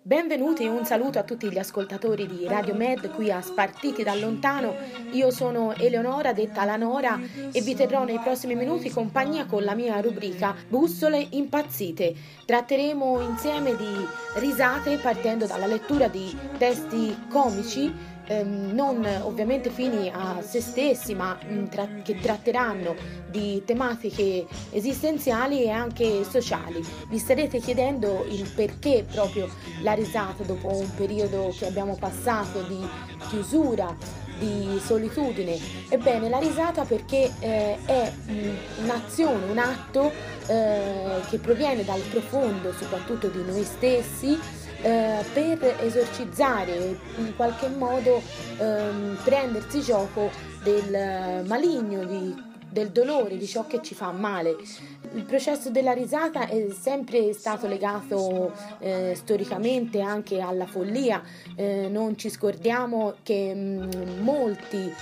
Benvenuti e un saluto a tutti gli ascoltatori di Radio Med qui a Spartiti da Lontano. Io sono Eleonora, detta La Nora, e vi terrò nei prossimi minuti compagnia con la mia rubrica Bussole impazzite. Tratteremo insieme di risate partendo dalla lettura di testi comici, non ovviamente fini a se stessi, ma che tratteranno di tematiche esistenziali e anche sociali. Vi starete chiedendo il perché proprio la risata dopo un periodo che abbiamo passato di chiusura, di solitudine. Ebbene, la risata perché è un'azione, un atto che proviene dal profondo soprattutto di noi stessi, per esorcizzare, in qualche modo prendersi gioco del maligno, del dolore, di ciò che ci fa male. Il processo della risata è sempre stato legato storicamente anche alla follia. Non ci scordiamo che molti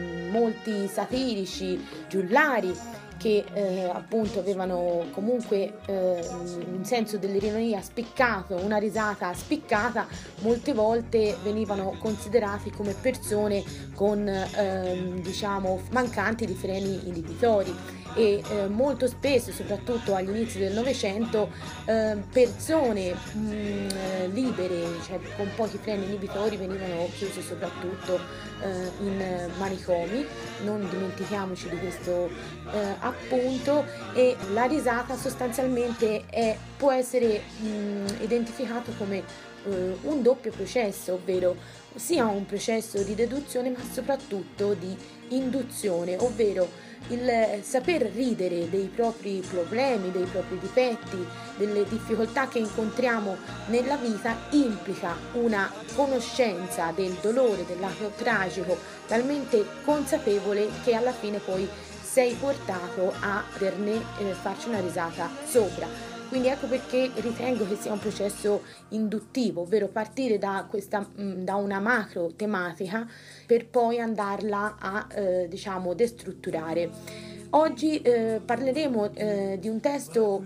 satirici, giullari, che appunto avevano comunque un senso dell'ironia spiccato, una risata spiccata, molte volte venivano considerati come persone con mancanti di freni inibitori. E molto spesso, soprattutto agli inizi del Novecento, persone libere, cioè con pochi freni inibitori, venivano chiuse soprattutto in manicomi. Non dimentichiamoci di questo appunto. E la risata sostanzialmente può essere identificato come un doppio processo, ovvero sia un processo di deduzione ma soprattutto di induzione, ovvero il saper ridere dei propri problemi, dei propri difetti, delle difficoltà che incontriamo nella vita implica una conoscenza del dolore, del lato tragico, talmente consapevole che alla fine poi sei portato a poterne farci una risata sopra. Quindi ecco perché ritengo che sia un processo induttivo, ovvero partire da una macro tematica per poi andarla a destrutturare. Oggi parleremo di un testo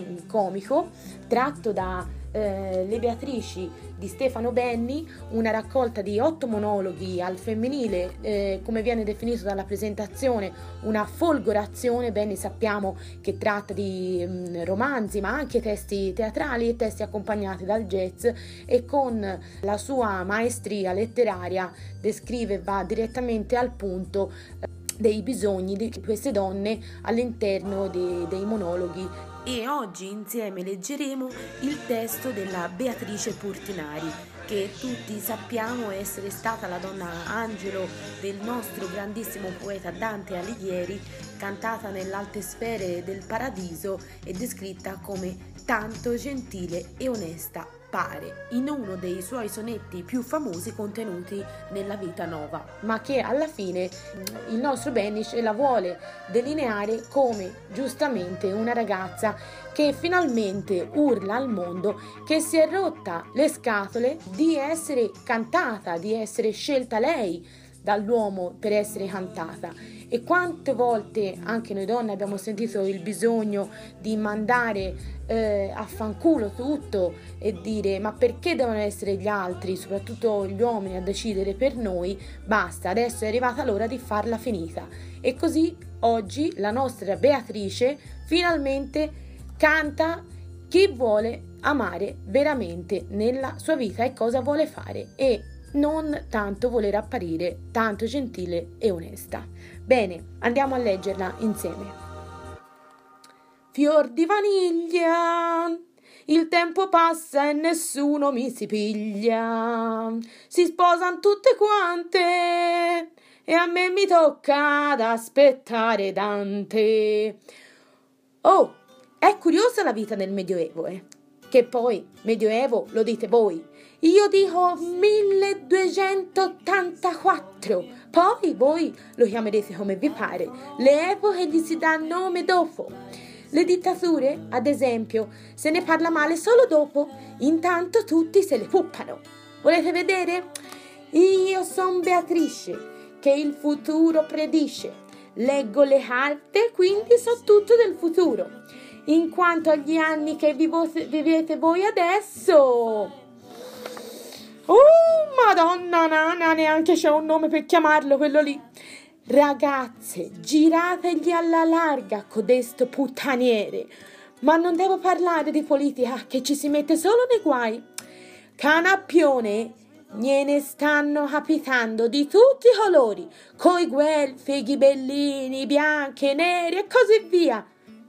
comico tratto da Le Beatrici di Stefano Benni, una raccolta di 8 monologhi al femminile, come viene definito dalla presentazione, una folgorazione. Benni sappiamo che tratta di romanzi, ma anche testi teatrali e testi accompagnati dal jazz, e con la sua maestria letteraria descrive e va direttamente al punto dei bisogni di queste donne all'interno dei monologhi. E oggi insieme leggeremo il testo della Beatrice Portinari, che tutti sappiamo essere stata la donna angelo del nostro grandissimo poeta Dante Alighieri, cantata nelle alte sfere del paradiso e descritta come tanto gentile e onesta pare, in uno dei suoi sonetti più famosi contenuti nella Vita Nova, ma che alla fine il nostro Benni ce la vuole delineare come giustamente una ragazza che finalmente urla al mondo che si è rotta le scatole di essere cantata, di essere scelta lei dall'uomo per essere cantata. E quante volte anche noi donne abbiamo sentito il bisogno di mandare a fanculo tutto e dire: ma perché devono essere gli altri, soprattutto gli uomini, a decidere per noi? Basta, adesso è arrivata l'ora di farla finita. E così oggi la nostra Beatrice finalmente canta chi vuole amare veramente nella sua vita e cosa vuole fare, e non tanto voler apparire tanto gentile e onesta. Bene, andiamo a leggerla insieme. Fior di vaniglia, il tempo passa e nessuno mi si piglia, si sposan tutte quante e a me mi tocca ad aspettare Dante. Oh, è curiosa la vita nel Medioevo, che poi Medioevo lo dite voi. Io dico 1284, poi voi lo chiamerete come vi pare. Le epoche gli si dà nome dopo. Le dittature, ad esempio, se ne parla male solo dopo, intanto tutti se le puppano. Volete vedere? Io son Beatrice, che il futuro predice. Leggo le carte, quindi so tutto del futuro. In quanto agli anni che vivete voi adesso, neanche c'è un nome per chiamarlo quello lì. Ragazze, girategli alla larga codesto puttaniere. Ma non devo parlare di politica, che ci si mette solo nei guai. Canappione, gliene stanno capitando di tutti i colori, coi guelfi, i ghibellini, bianchi, neri e così via.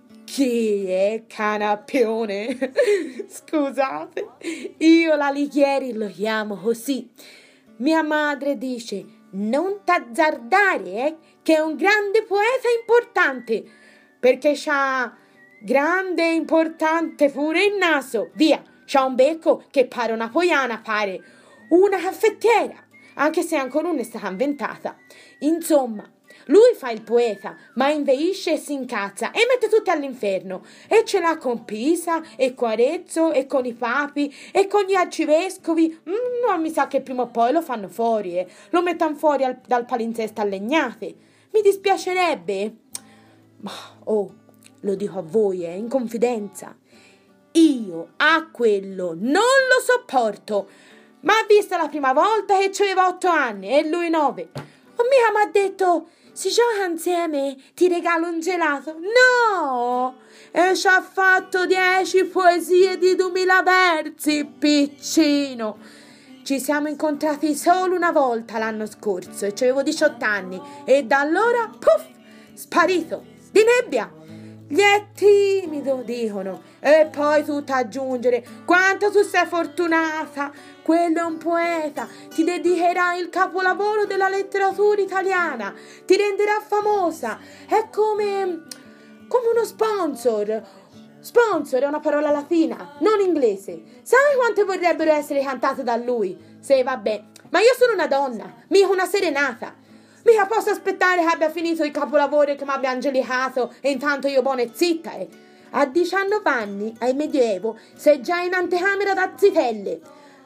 Chi è Canappione? Scusate, io l'Alighieri lo chiamo così. Mia madre dice: non t'azzardare, che è un grande poeta importante, perché c'ha grande e importante pure il naso. Via, c'ha un becco che pare una poiana, pare una caffettiera, anche se ancora non è stata inventata. Insomma, lui fa il poeta, ma inveisce e si incazza e mette tutti all'inferno. E ce l'ha con Pisa, e con Arezzo, e con i papi, e con gli arcivescovi. Non mi sa che prima o poi lo fanno fuori, lo mettono fuori dal palinsesto a legnate. Mi dispiacerebbe. Ma, lo dico a voi, in confidenza. Io a quello non lo sopporto. Ma ha visto la prima volta che aveva 8 anni e lui 9. O mica mi ha detto: si gioca insieme, ti regalo un gelato. No! E ci ha fatto 10 poesie di 2000 versi, piccino. Ci siamo incontrati solo una volta l'anno scorso e avevo 18 anni e da allora, puff, sparito, di nebbia. Gli è timido, dicono, e poi tutto aggiungere: quanto tu sei fortunata, quello è un poeta, ti dedicherà il capolavoro della letteratura italiana, ti renderà famosa, è come uno sponsor. Sponsor è una parola latina, non inglese. Sai quante vorrebbero essere cantate da lui? Sì, vabbè, ma io sono una donna, mica una serenata. Mica posso aspettare che abbia finito il capolavoro e che mi abbia angelicato e intanto io buona e zitta. A 19 anni, al Medioevo, sei già in anticamera da zitelle.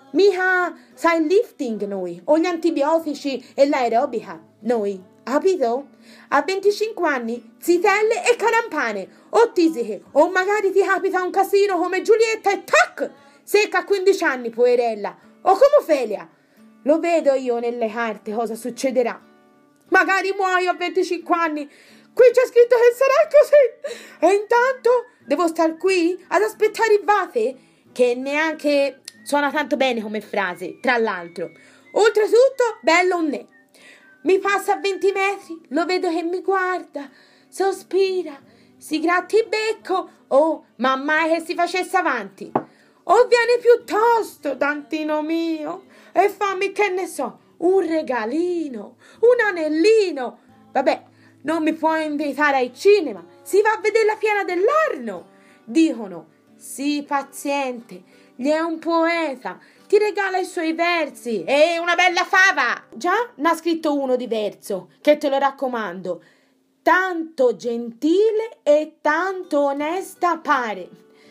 Mica sa il lifting noi, o gli antibiotici e l'aerobica noi, capito? A 25 anni, zitelle e carampane, o tisiche, o magari ti capita un casino come Giulietta e tac! Secca a 15 anni, poverella, o come Ofelia. Lo vedo io nelle carte cosa succederà. Magari muoio a 25 anni. Qui c'è scritto che sarà così. E intanto devo star qui ad aspettare il vate, che neanche suona tanto bene come frase, tra l'altro. Oltretutto, bello un ne. Mi passa a 20 metri, lo vedo che mi guarda, sospira, si gratta il becco. Oh, ma mai che si facesse avanti. O vieni piuttosto, Dantino mio, e fammi, che ne so, un regalino, un anellino. Vabbè, non mi puoi invitare al cinema, si va a vedere la Fiera dell'Arno. Dicono: sii paziente, gli è un poeta, ti regala i suoi versi e una bella fava. Già ne ha scritto uno di verso, che te lo raccomando: tanto gentile e tanto onesta pare.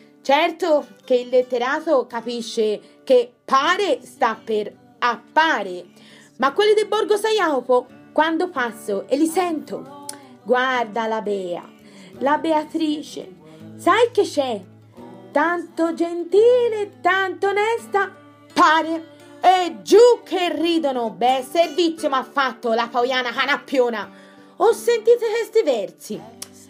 Certo che il letterato capisce che pare sta per appare, ma quelli di Borgo San Jacopo, quando passo e li sento, guarda la Bea, la Beatrice, sai che c'è? Tanto gentile, tanto onesta, pare, e giù che ridono. Beh, servizio m'ha fatto la Pauliana Canappiona. O sentite questi versi?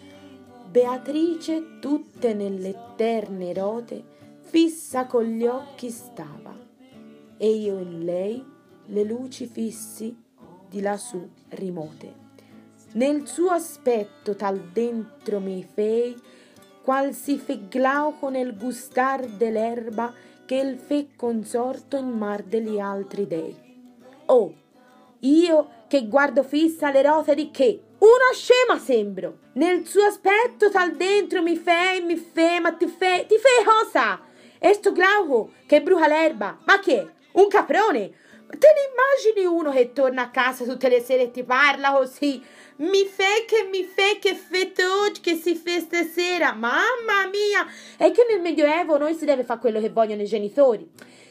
Beatrice, tutte nell'eterne rote, fissa con gli occhi stava, e io in lei le luci fissi di lassù rimote. Nel suo aspetto tal dentro mi fei, qual si fe glauco nel gustar dell'erba che il fe consorto in mar degli altri dei. Oh, io che guardo fissa le rote di che? Una scema sembro. Nel suo aspetto tal dentro mi fe, ma ti fe cosa? E sto glauco che brucia l'erba, ma che? Un caprone? Te ne immagini uno che torna a casa tutte le sere e ti parla così? Mi fe che fete oggi, che si fe stasera, mamma mia! È che nel Medioevo noi si deve fare quello che vogliono i genitori.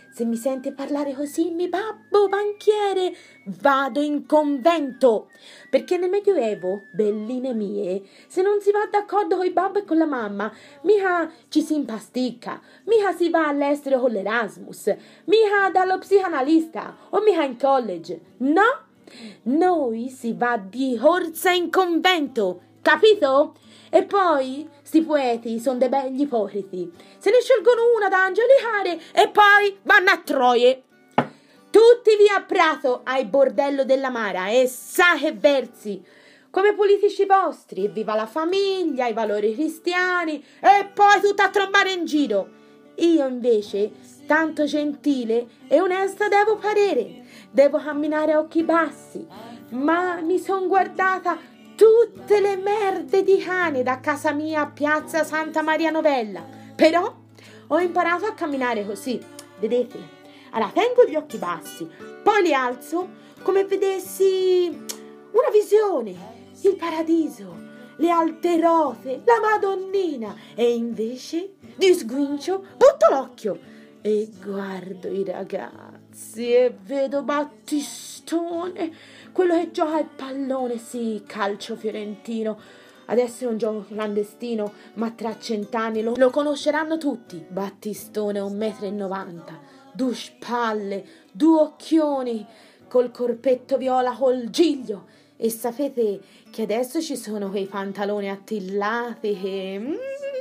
Se mi sente parlare così, mi babbo, banchiere, vado in convento. Perché nel Medioevo, belline mie, se non si va d'accordo con il babbo e con la mamma, mica ci si impasticca, mica si va all'estero con l'Erasmus, mica dallo psicanalista o mica in college. No, noi si va di corsa in convento, capito? E poi, sti poeti sono dei begli ipocriti. Se ne scelgono una da angelicare e poi vanno a troie. Tutti via a Prato, ai bordello della Mara, e sa che versi. Come politici vostri, viva la famiglia, i valori cristiani, e poi tutto a trombare in giro. Io invece, tanto gentile e onesta devo parere, devo camminare a occhi bassi, ma mi son guardata tutte le merde di cane da casa mia a piazza Santa Maria Novella, però ho imparato a camminare così, vedete? Allora tengo gli occhi bassi, poi li alzo come vedessi una visione, il paradiso, le alte rose, la Madonnina, e invece di sguincio butto l'occhio e guardo i ragazzi e vedo Battistone, quello che gioca il pallone, sì, calcio fiorentino. Adesso è un gioco clandestino, ma tra 100 anni lo conosceranno tutti. Battistone 1,90 m, due spalle, due occhioni, col corpetto viola col giglio. E sapete che adesso ci sono quei pantaloni attillati che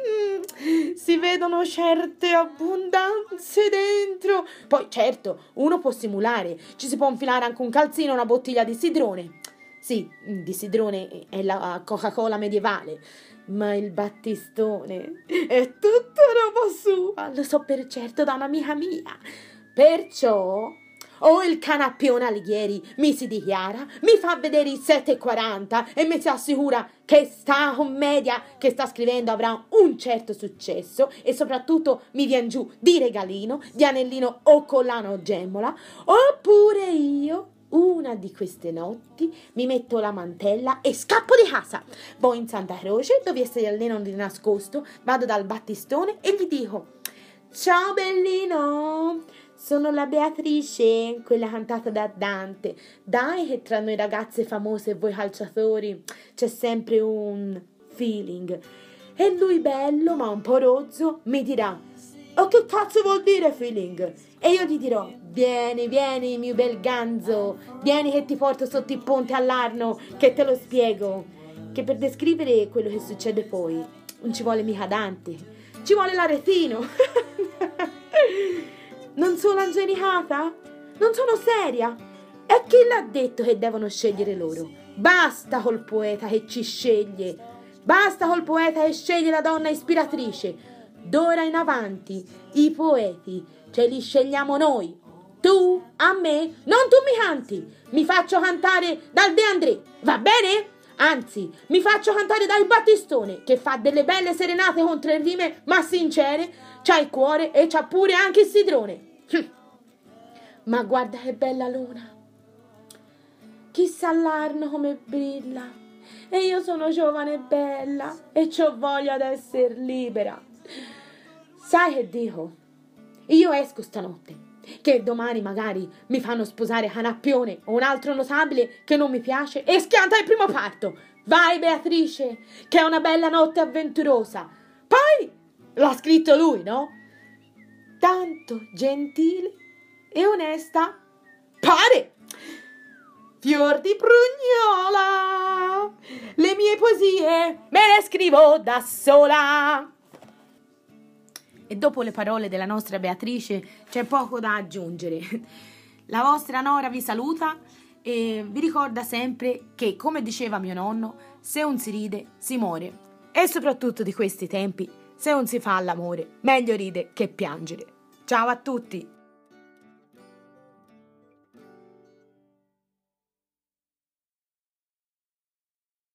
si vedono certe abbondanze dentro. Poi certo, uno può simulare, ci si può infilare anche un calzino e una bottiglia di sidrone. Sì, di sidrone è la Coca-Cola medievale, ma il Battistone è tutta roba sua, lo so per certo da un'amica mia. Perciò o il canappione Alighieri mi si dichiara, mi fa vedere i 7,40 e mi si assicura che sta commedia che sta scrivendo avrà un certo successo e soprattutto mi vien giù di regalino, di anellino o collano o gemmola, oppure io una di queste notti mi metto la mantella e scappo di casa. Vado in Santa Croce, dove si allenano di nascosto, vado dal Battistone e gli dico: ciao bellino, sono la Beatrice, quella cantata da Dante. Dai che tra noi ragazze famose e voi calciatori c'è sempre un feeling. E lui bello ma un po' rozzo mi dirà: oh, che cazzo vuol dire feeling? E io gli dirò: vieni, vieni mio bel ganzo, vieni che ti porto sotto il ponte all'Arno, che te lo spiego. Che per descrivere quello che succede poi non ci vuole mica Dante, ci vuole l'Aretino. Non sono angelicata? Non sono seria? E chi l'ha detto che devono scegliere loro? Basta col poeta che ci sceglie. Basta col poeta che sceglie la donna ispiratrice. D'ora in avanti i poeti ce li scegliamo noi. Tu a me, non tu mi canti. Mi faccio cantare dal De André, va bene? Anzi, mi faccio cantare dal Battistone, che fa delle belle serenate con 3 rime, ma sincere, c'ha il cuore e c'ha pure anche il sidrone. Ma guarda che bella luna. Chissà l'Arno come brilla. E io sono giovane e bella e c'ho voglia di essere libera. Sai che dico? Io esco stanotte, che domani magari mi fanno sposare Canappione o un altro notabile che non mi piace e schianta il primo parto. Vai Beatrice, che è una bella notte avventurosa. Poi l'ha scritto lui, no? Tanto gentile e onesta pare. Fior di Prugnola, le mie poesie me le scrivo da sola. E dopo le parole della nostra Beatrice c'è poco da aggiungere. La vostra Nora vi saluta e vi ricorda sempre che, come diceva mio nonno, se non si ride si muore. E soprattutto di questi tempi, se non si fa l'amore, meglio ride che piangere. Ciao a tutti!